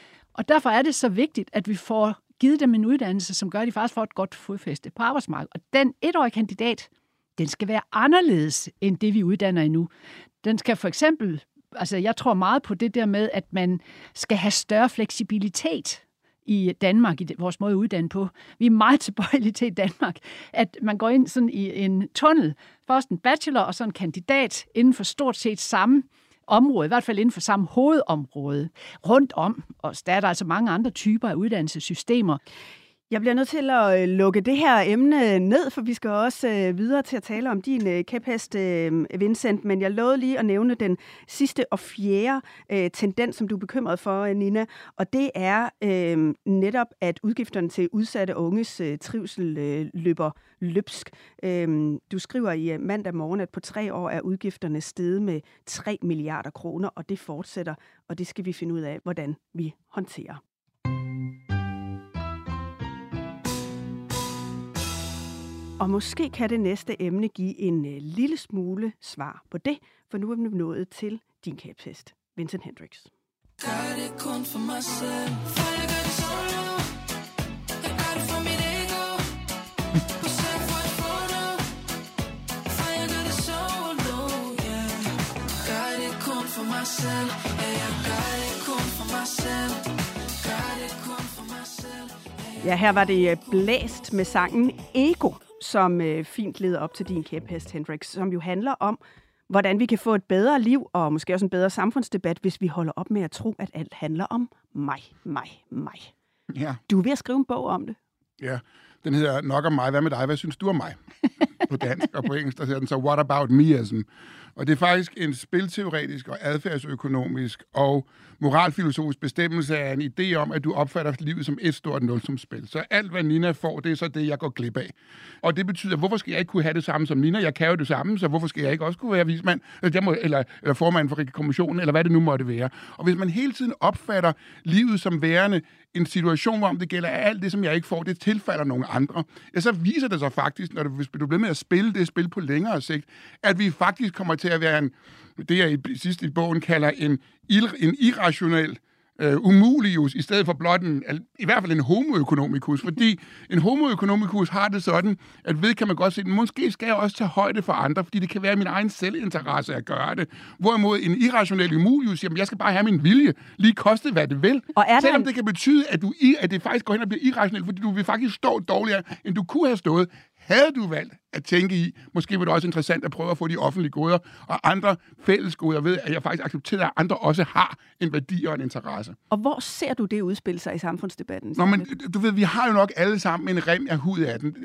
Og derfor er det så vigtigt, at vi får givet dem en uddannelse, som gør, at de faktisk får et godt fodfæste på arbejdsmarkedet. Og den 1-årige kandidat, den skal være anderledes end det, vi uddanner endnu. Den skal for eksempel, altså jeg tror meget på det der med, at man skal have større fleksibilitet i Danmark, i vores måde at uddanne på. Vi er meget tilbøjelige til i Danmark, at man går ind sådan i en tunnel, først en bachelor og så en kandidat inden for stort set samme område, i hvert fald inden for samme hovedområde, rundt om. Og der er der altså mange andre typer af uddannelsessystemer. Jeg bliver nødt til at lukke det her emne ned, for vi skal også videre til at tale om din kæphest, Vincent. Men jeg lovede lige at nævne den sidste og fjerde tendens, som du er bekymret for, Nina. Og det er netop, at udgifterne til udsatte unges trivsel løber løbsk. Du skriver i Mandag Morgen, at på 3 år er udgifterne steget med 3 milliarder kroner, og det fortsætter. Og det skal vi finde ud af, hvordan vi håndterer. Og måske kan det næste emne give en lille smule svar på det, for nu er vi nået til din kæphest, Vincent Hendricks. Gør det kun for mig selv, for jeg gør det solo. Jeg gør det for mit ego. Forsøg for et foto, for jeg gør det solo, yeah. Gør det kun for mig selv, ja, jeg gør det kun for mig selv. Gør det kun for mig selv. Ja, her var det blæst med sangen Ego, som fint leder op til din kæphest, Hendricks, som jo handler om, hvordan vi kan få et bedre liv, og måske også en bedre samfundsdebat, hvis vi holder op med at tro, at alt handler om mig. Ja. Du er ved at skrive en bog om det. Ja, den hedder Nok om mig. Hvad med dig? Hvad synes du om mig? På dansk, og på engelsk, der hedder den så What About Meism? Og det er faktisk en spilteoretisk og adfærdsøkonomisk og moralfilosofisk bestemmelse af en idé om, at du opfatter livet som et stort nulsumsspil. Så alt, hvad Nina får, det er så det, jeg går glip af. Og det betyder, hvorfor skal jeg ikke kunne have det samme som Nina? Jeg kan jo det samme, så hvorfor skal jeg ikke også kunne være vismand? Eller formand for kommissionen, eller hvad det nu måtte være. Og hvis man hele tiden opfatter livet som værende en situation, hvor det gælder, at alt det, som jeg ikke får, det tilfalder nogle andre, ja, så viser det sig faktisk, når du bliver med at spille det spil på længere sigt, at vi faktisk kommer til til at være det jeg sidst i bogen kalder en irrationel umulius, i stedet for blot i hvert fald en homo economicus, fordi en homo economicus har det sådan, at kan man godt se, at måske skal jeg også tage højde for andre, fordi det kan være min egen selvinteresse at gøre det. Hvorimod en irrationel umulius, jamen jeg skal bare have min vilje, lige koste hvad det vil. Selvom det kan betyde, at det faktisk går hen og bliver irrationelt, fordi du vil faktisk stå dårligere, end du kunne have stået, havde du valgt at tænke i, måske var det også interessant at prøve at få de offentlige goder og andre fælles goder ved, at jeg faktisk accepterer, at andre også har en værdi og en interesse. Og hvor ser du det udspille sig i samfundsdebatten? Nå, men du ved, vi har jo nok alle sammen en rem af hud af den.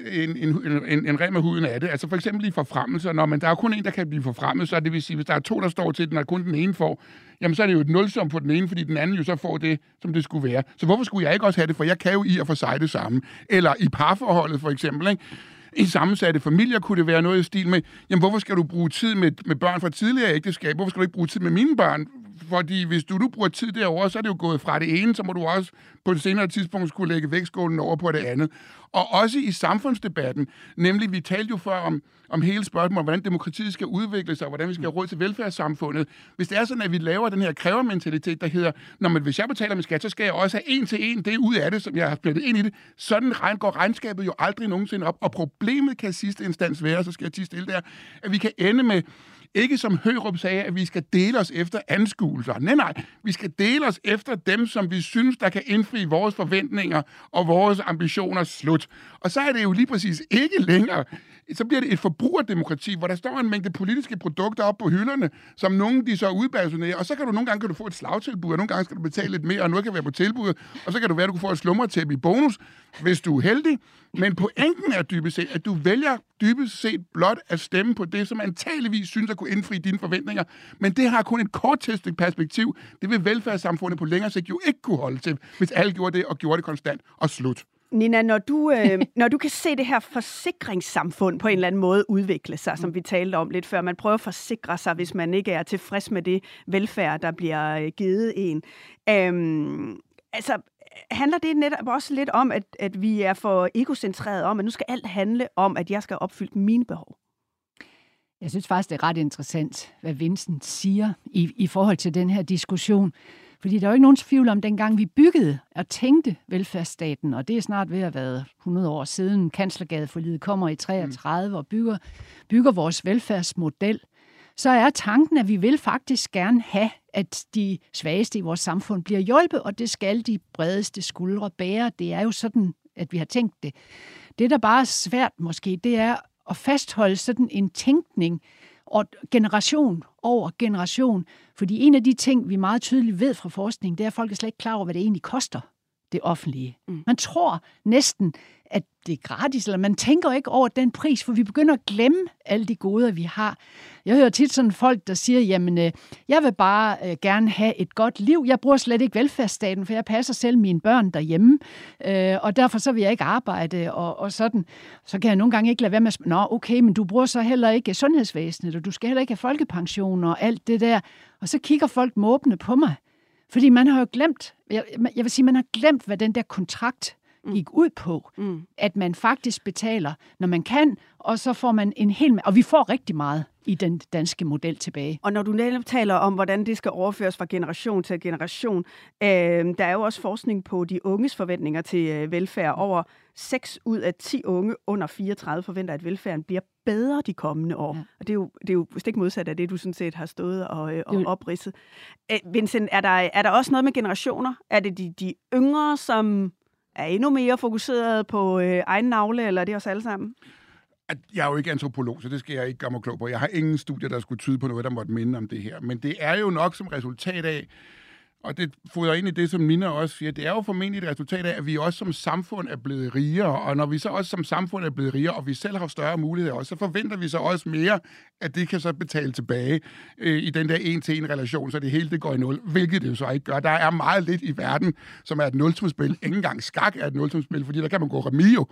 En rem af huden af det. Altså for eksempel i forfremmelser. Når der er kun en, der kan blive forfremmet, så det vil sige, hvis der er 2, der står til den, og kun den ene får, jamen så er det jo et nulsum på den ene, fordi den anden jo så får det, som det skulle være. Så hvorfor skulle jeg ikke også have det? For jeg kan jo i og for sig det samme. Eller i parforholdet for eksempel, ikke? I sammensatte familier kunne det være noget i stil med, jamen hvorfor skal du bruge tid med børn fra tidligere ægteskab? Hvorfor skal du ikke bruge tid med mine børn? Fordi hvis du nu bruger tid derovre, så er det jo gået fra det ene, så må du også på et senere tidspunkt skulle lægge vægtskålen over på det andet. Og også i samfundsdebatten, nemlig vi talte jo før om hele spørgsmålet om, hvordan demokratiet skal udvikle sig, og hvordan vi skal have råd til velfærdssamfundet. Hvis det er sådan, at vi laver den her krævermentalitet, der hedder, hvis jeg betaler min skat, så skal jeg også have en til en det ud af det, som jeg har splittet ind i det. Sådan går regnskabet jo aldrig nogensinde op. Og problemet kan i sidste instans være, så skal jeg stille der, at vi kan ende med, ikke som Hørup sagde, at vi skal dele os efter anskuelser. Nej, vi skal dele os efter dem, som vi synes, der kan indfri vores forventninger og vores ambitioner slut. Og så er det jo lige præcis ikke længere. Så bliver det et forbrugerdemokrati, hvor der står en mængde politiske produkter op på hylderne, som nogen de så udbasunerer, og så kan du nogle gange få et slagtilbud, og nogle gange skal du betale lidt mere, og noget kan være på tilbud, og så kan du være, at du kan få et slumretæppe i bonus, hvis du er heldig. Men pointen er dybest set, at du vælger dybest set blot at stemme på det, som antageligvis synes at kunne indfri dine forventninger, men det har kun et kortsigtet perspektiv. Det vil velfærdssamfundet på længere sigt jo ikke kunne holde til, hvis alle gjorde det og gjorde det konstant og slut. Nina, når du kan se det her forsikringssamfund på en eller anden måde udvikle sig, som vi talte om lidt før, man prøver at forsikre sig, hvis man ikke er tilfreds med det velfærd, der bliver givet en. Handler det netop også lidt om, at vi er for egocentreret om, at nu skal alt handle om, at jeg skal opfylde mine behov? Jeg synes faktisk, det er ret interessant, hvad Vincent siger i forhold til den her diskussion. Fordi der er jo ikke nogen tvivl om, dengang vi byggede og tænkte velfærdsstaten, og det er snart ved at være 100 år siden, Kanslergadeforliget kommer i 33 og bygger vores velfærdsmodel, så er tanken, at vi vil faktisk gerne have, at de svageste i vores samfund bliver hjulpet, og det skal de bredeste skuldre bære. Det er jo sådan, at vi har tænkt det. Det, der bare er svært måske, det er at fastholde sådan en tænkning og generation over generation. Fordi en af de ting, vi meget tydeligt ved fra forskning, det er, at folk er slet ikke klar over, hvad det egentlig koster, det offentlige. Man tror næsten, at det er gratis, eller man tænker ikke over den pris, for vi begynder at glemme alle de goder, vi har. Jeg hører tit sådan folk, der siger, jamen, jeg vil bare gerne have et godt liv. Jeg bruger slet ikke velfærdsstaten, for jeg passer selv mine børn derhjemme, og derfor så vil jeg ikke arbejde, og sådan. Så kan jeg nogle gange ikke lade være med at nå, okay, men du bruger så heller ikke sundhedsvæsenet, og du skal heller ikke have folkepension og alt det der. Og så kigger folk måbende på mig. Fordi man har jo glemt, jeg vil sige, man har glemt, hvad den der kontrakt gik ud på. At man faktisk betaler, når man kan, og så får man en hel... Og vi får rigtig meget i den danske model tilbage. Og når du netop taler om, hvordan det skal overføres fra generation til generation, der er jo også forskning på de unges forventninger til velfærd. Over 6 ud af 10 unge under 34 forventer, at velfærden bliver bedre de kommende år. Ja. Og det er jo stik modsat af det, du sådan set har stået og opridset. Vincent, er der også noget med generationer? Er det de yngre, som er endnu mere fokuseret på egen navle, eller er det os alle sammen? Jeg er jo ikke antropolog, så det skal jeg ikke gøre mig klog på. Jeg har ingen studier, der skulle tyde på noget, der måtte minde om det her. Men det er jo nok som resultat af, og det fodrer ind i det, som Nina også siger, det er jo formentlig et resultat af, at vi også som samfund er blevet rigere, og når vi så også som samfund er blevet rigere, og vi selv har større muligheder også, så forventer vi så også mere, at det kan så betale tilbage i den der 1-til-1-relation, så det hele det går i nul, hvilket det jo så ikke gør. Der er meget lidt i verden, som er et nulsumsspil. Ikke engang skak er et nulsumsspil, fordi der kan man gå remio.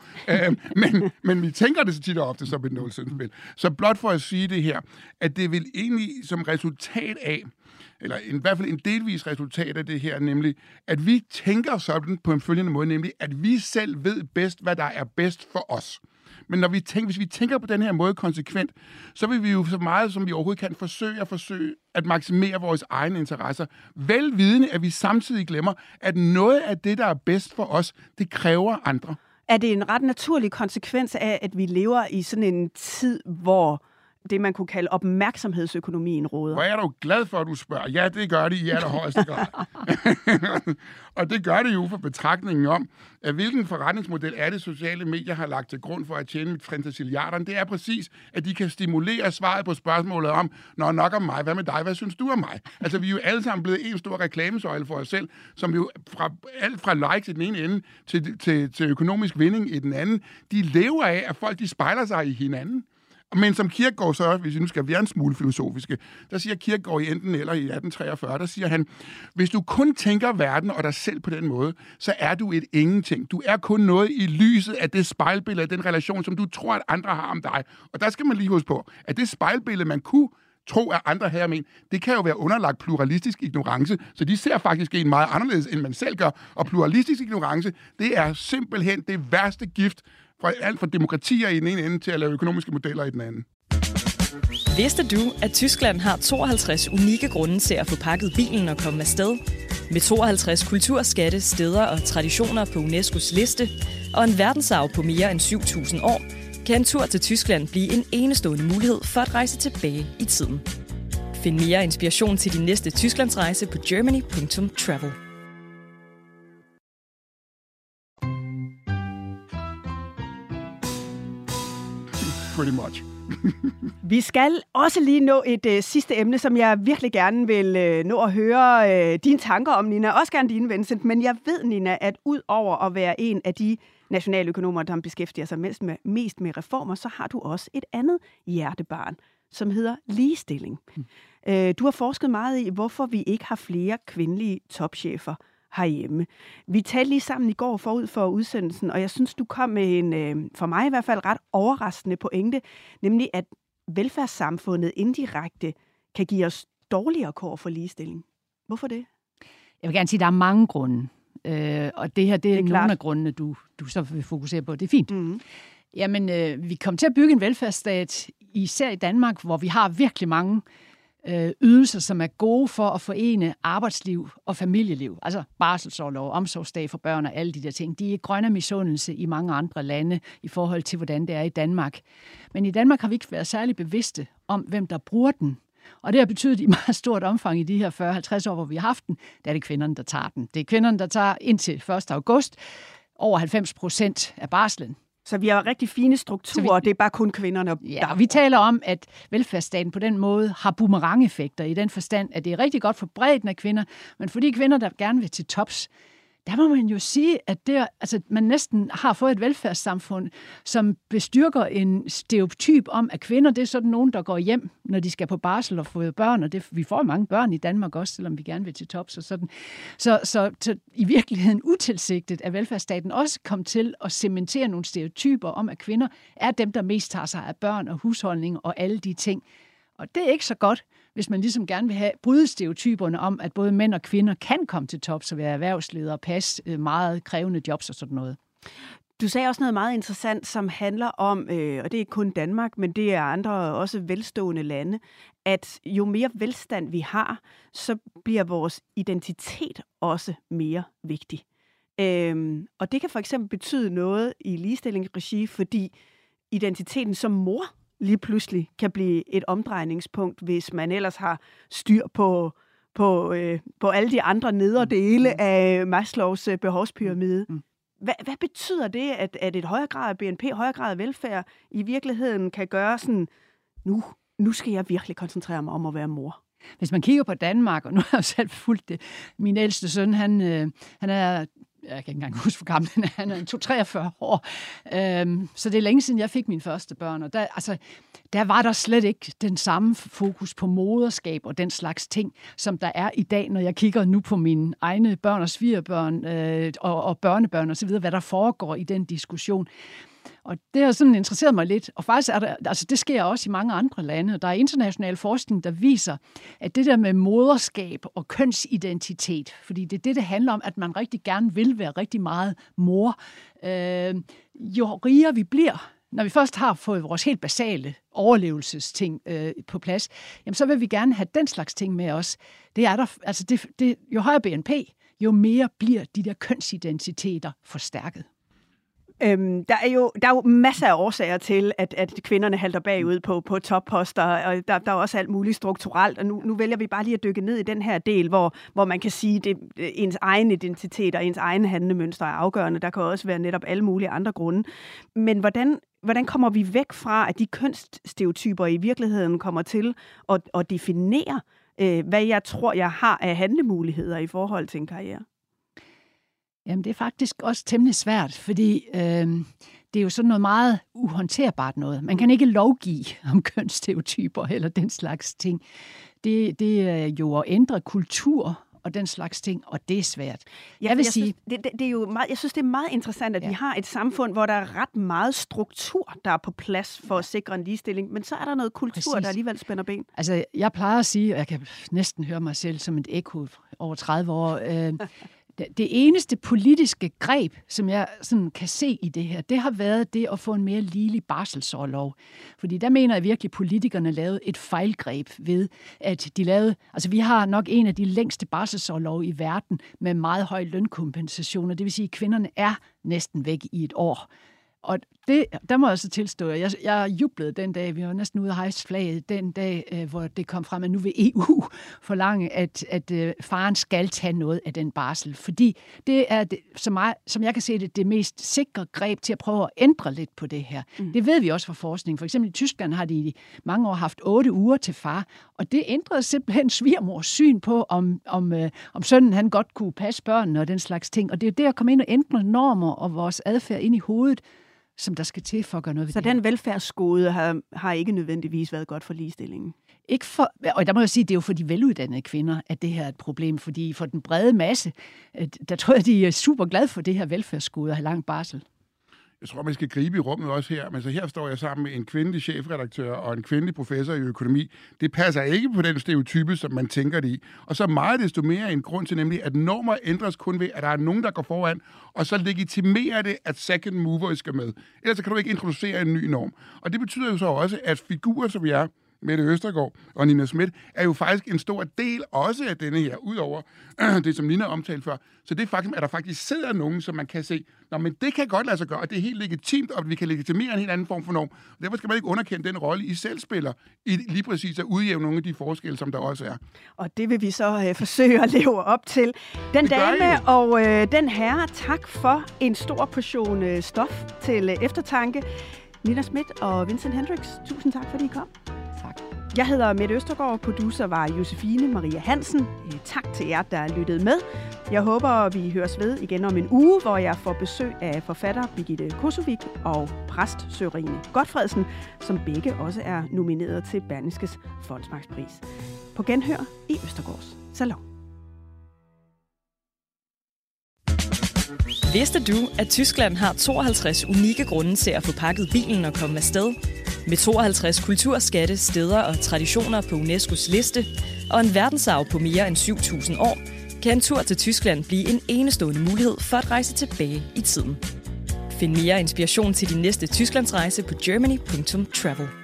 Men vi tænker det så tit og ofte som et nulsumsspil. Så blot for at sige det her, at det vil egentlig som resultat af, eller i hvert fald en delvis resultat af det her, nemlig, at vi tænker sådan på en følgende måde, nemlig, at vi selv ved bedst, hvad der er bedst for os. Men hvis vi tænker på den her måde konsekvent, så vil vi jo så meget, som vi overhovedet kan, forsøge at maksimere vores egne interesser. Velvidende, at vi samtidig glemmer, at noget af det, der er bedst for os, det kræver andre. Er det en ret naturlig konsekvens af, at vi lever i sådan en tid, hvor det, man kunne kalde opmærksomhedsøkonomien råder? Hvor er du glad for, at du spørger? Ja, det gør det i allerhøjeste grad. Og det gør det jo for betragtningen om, at hvilken forretningsmodel er det, sociale medier har lagt til grund for at tjene milliarderne. Det er præcis, at de kan stimulere svaret på spørgsmålet om, når nok om mig, hvad med dig, hvad synes du om mig? Altså, vi er jo alle sammen blevet en stor reklamesøjle for os selv, som jo alt fra likes i den ene ende til økonomisk vinding i den anden, de lever af, at folk de spejler sig i hinanden. Men som Kierkegaard så, hvis vi nu skal være en smule filosofiske, der siger Kierkegaard i enten eller i 1843, der siger han, hvis du kun tænker verden og dig selv på den måde, så er du et ingenting. Du er kun noget i lyset af det spejlbillede af den relation, som du tror, at andre har om dig. Og der skal man lige huske på, at det spejlbillede, man kunne tro, at andre her men, det kan jo være underlagt pluralistisk ignorance, så de ser faktisk en meget anderledes, end man selv gør. Og pluralistisk ignorance, det er simpelthen det værste gift, fra alt fra demokratier i den ene ende til at lave økonomiske modeller i den anden. Vidste du, at Tyskland har 52 unikke grunde til at få pakket bilen og komme afsted? Med 52 kulturskatte, steder og traditioner på UNESCO's liste, og en verdensarv på mere end 7.000 år, kan en tur til Tyskland blive en enestående mulighed for at rejse tilbage i tiden. Find mere inspiration til din næste Tysklandsrejse på germany.travel. Pretty much. Vi skal også lige nå et sidste emne, som jeg virkelig gerne vil nå at høre dine tanker om, Nina. Også gerne dine, Vincent. Men jeg ved, Nina, at ud over at være en af de nationaløkonomer, der beskæftiger sig mest med reformer, så har du også et andet hjertebarn, som hedder ligestilling. Du har forsket meget i, hvorfor vi ikke har flere kvindelige topchefer herhjemme. Vi talte lige sammen i går forud for udsendelsen, og jeg synes, du kom med en, for mig i hvert fald, ret overraskende pointe, nemlig at velfærdssamfundet indirekte kan give os dårligere kår for ligestilling. Hvorfor det? Jeg vil gerne sige, at der er mange grunde. Og det her, det er nogle af grundene, du så vil fokusere på. Det er fint. Mm-hmm. Jamen, vi kommer til at bygge en velfærdsstat, især i Danmark, hvor vi har virkelig mange ydelser, som er gode for at forene arbejdsliv og familieliv. Altså barselsorlov, omsorgsdag for børn og alle de der ting. De er grønne misundelse i mange andre lande i forhold til, hvordan det er i Danmark. Men i Danmark har vi ikke været særlig bevidste om, hvem der bruger den. Og det har betydet i meget stort omfang i de her 40-50 år, hvor vi har haft den, der er det kvinderne, der tager den. Det er kvinderne, der tager indtil 1. august over 90% af barslen. Så vi har rigtig fine strukturer, og det er bare kun kvinderne. Ja, vi taler om, at velfærdsstaten på den måde har boomerang-effekter i den forstand, at det er rigtig godt for bredden af kvinder, men for de kvinder, der gerne vil til tops, der må man jo sige, at man næsten har fået et velfærdssamfund, som bestyrker en stereotyp om, at kvinder, det er sådan nogen, der går hjem, når de skal på barsel og få børn, og vi får mange børn i Danmark også, selvom vi gerne vil til tops og sådan. Så i virkeligheden utilsigtet er velfærdsstaten også kommet til at cementere nogle stereotyper om, at kvinder er dem, der mest tager sig af børn og husholdning og alle de ting. Og det er ikke så godt, hvis man ligesom gerne vil bryde stereotyperne om, at både mænd og kvinder kan komme til tops og være erhvervsledere og passe meget krævende jobs og sådan noget. Du sagde også noget meget interessant, som handler om, og det er ikke kun Danmark, men det er andre også velstående lande, at jo mere velstand vi har, så bliver vores identitet også mere vigtig. Og det kan for eksempel betyde noget i ligestillingsregi, fordi identiteten som mor lige pludselig kan blive et omdrejningspunkt, hvis man ellers har styr på alle de andre nederdele af Maslows behovspyramide. Hvad betyder det, at et højere grad af BNP, højere grad af velfærd i virkeligheden kan gøre sådan, nu skal jeg virkelig koncentrere mig om at være mor? Hvis man kigger på Danmark, og nu har jeg selv fulgt det, min ældste søn, han er, jeg kan ikke engang huske, hvor gammel han er 43 år. Så det er længe siden, jeg fik mine første børn. Og der var der slet ikke den samme fokus på moderskab og den slags ting, som der er i dag, når jeg kigger nu på mine egne børn og svigerbørn og børnebørn og så videre, hvad der foregår i den diskussion. Og det har sådan interesseret mig lidt. Og faktisk det sker også i mange andre lande. Der er international forskning, der viser, at det der med moderskab og kønsidentitet, fordi det er det handler om, at man rigtig gerne vil være rigtig meget mor. Jo rigere vi bliver, når vi først har fået vores helt basale overlevelsesting på plads, jamen så vil vi gerne have den slags ting med os. Det er der, altså jo højere BNP, jo mere bliver de der kønsidentiteter forstærket. Der er jo masser af årsager til, at kvinderne halter bagud på topposter, og der er også alt muligt strukturelt, og nu vælger vi bare lige at dykke ned i den her del, hvor man kan sige, at ens egen identitet og ens egen handlemønster er afgørende. Der kan også være netop alle mulige andre grunde. Men hvordan kommer vi væk fra, at de kønsstereotyper i virkeligheden kommer til at definere, hvad jeg tror, jeg har af handlemuligheder i forhold til en karriere? Jamen, det er faktisk også temmelig svært, fordi det er jo sådan noget meget uhåndterbart noget. Man kan ikke lovgive om kønsstereotyper eller den slags ting. Det er jo at ændre kultur og den slags ting, og det er svært. Jeg synes, det er meget interessant, at vi har et samfund, hvor der er ret meget struktur, der er på plads for at sikre en ligestilling, men så er der noget kultur, der alligevel spænder ben. Altså, jeg plejer at sige, og jeg kan næsten høre mig selv som et ekko over 30 år, det eneste politiske greb, som jeg sådan kan se i det her, det har været det at få en mere ligelig barselsorlov. Fordi der mener jeg virkelig, at politikerne lavede et fejlgreb ved, at de lavede... Altså, vi har nok en af de længste barselsorlov i verden med meget høj lønkompensationer. Det vil sige, at kvinderne er næsten væk i et år. Og der må jeg så tilstå, at jeg jublede den dag, vi var næsten ude at hejse flaget, den dag, hvor det kom frem, at nu vil EU forlange, at faren skal tage noget af den barsel. Fordi det er, som jeg kan se det mest sikre greb til at prøve at ændre lidt på det her. Det ved vi også fra forskning. For eksempel i Tyskland har de i mange år haft 8 uger til far, og det ændrede simpelthen svigermors syn på, om sønnen han godt kunne passe børnene og den slags ting. Og det er det at komme ind og ændre normer og vores adfærd ind i hovedet, som der skal til for at gøre noget ved det. Så den velfærdsgode har ikke nødvendigvis været godt for ligestillingen? Ikke for, og der må jeg sige, det er jo for de veluddannede kvinder, at det her er et problem, fordi for den brede masse, der tror jeg, de er super glade for det her velfærdsgode at have lang barsel. Jeg tror, man skal gribe i rummet også her, men så her står jeg sammen med en kvindelig chefredaktør og en kvindelig professor i økonomi. Det passer ikke på den stereotype, som man tænker det i. Og så meget desto mere en grund til nemlig, at normer ændres kun ved, at der er nogen, der går foran, og så legitimerer det, at second mover skal med. Ellers så kan du ikke introducere en ny norm. Og det betyder jo så også, at figurer, som vi er, Mette Østergaard og Nina Smith, er jo faktisk en stor del også af denne her, udover det, som Nina omtalte før. Så det er faktisk, at der faktisk sidder nogen, som man kan se, nå, men det kan godt lade sig gøre, og det er helt legitimt, og vi kan legitimere en helt anden form for norm. Og derfor skal man ikke underkende den rolle, I selv spiller, i lige præcis at udjævne nogle af de forskelle, som der også er. Og det vil vi så forsøge at leve op til. Den dame og den herre, tak for en stor portion stof til eftertanke. Nina Smith og Vincent Hendricks, tusind tak, fordi I kom. Jeg hedder Mette Østergaard, producer var Josefine Maria Hansen. Tak til jer, der lyttede med. Jeg håber, vi høres ved igen om en uge, hvor jeg får besøg af forfatter Birgitte Kosovic og præst Sørine Godfredsen, som begge også er nomineret til Berlingskes Fondsmarkspris. På genhør i Østergaards Salon. Vidste du, at Tyskland har 52 unikke grunde til at få pakket bilen og komme afsted? Med 52 kulturskatte, steder og traditioner på UNESCO's liste, og en verdensarv på mere end 7.000 år, kan en tur til Tyskland blive en enestående mulighed for at rejse tilbage i tiden. Find mere inspiration til din næste Tysklandsrejse på germany.travel.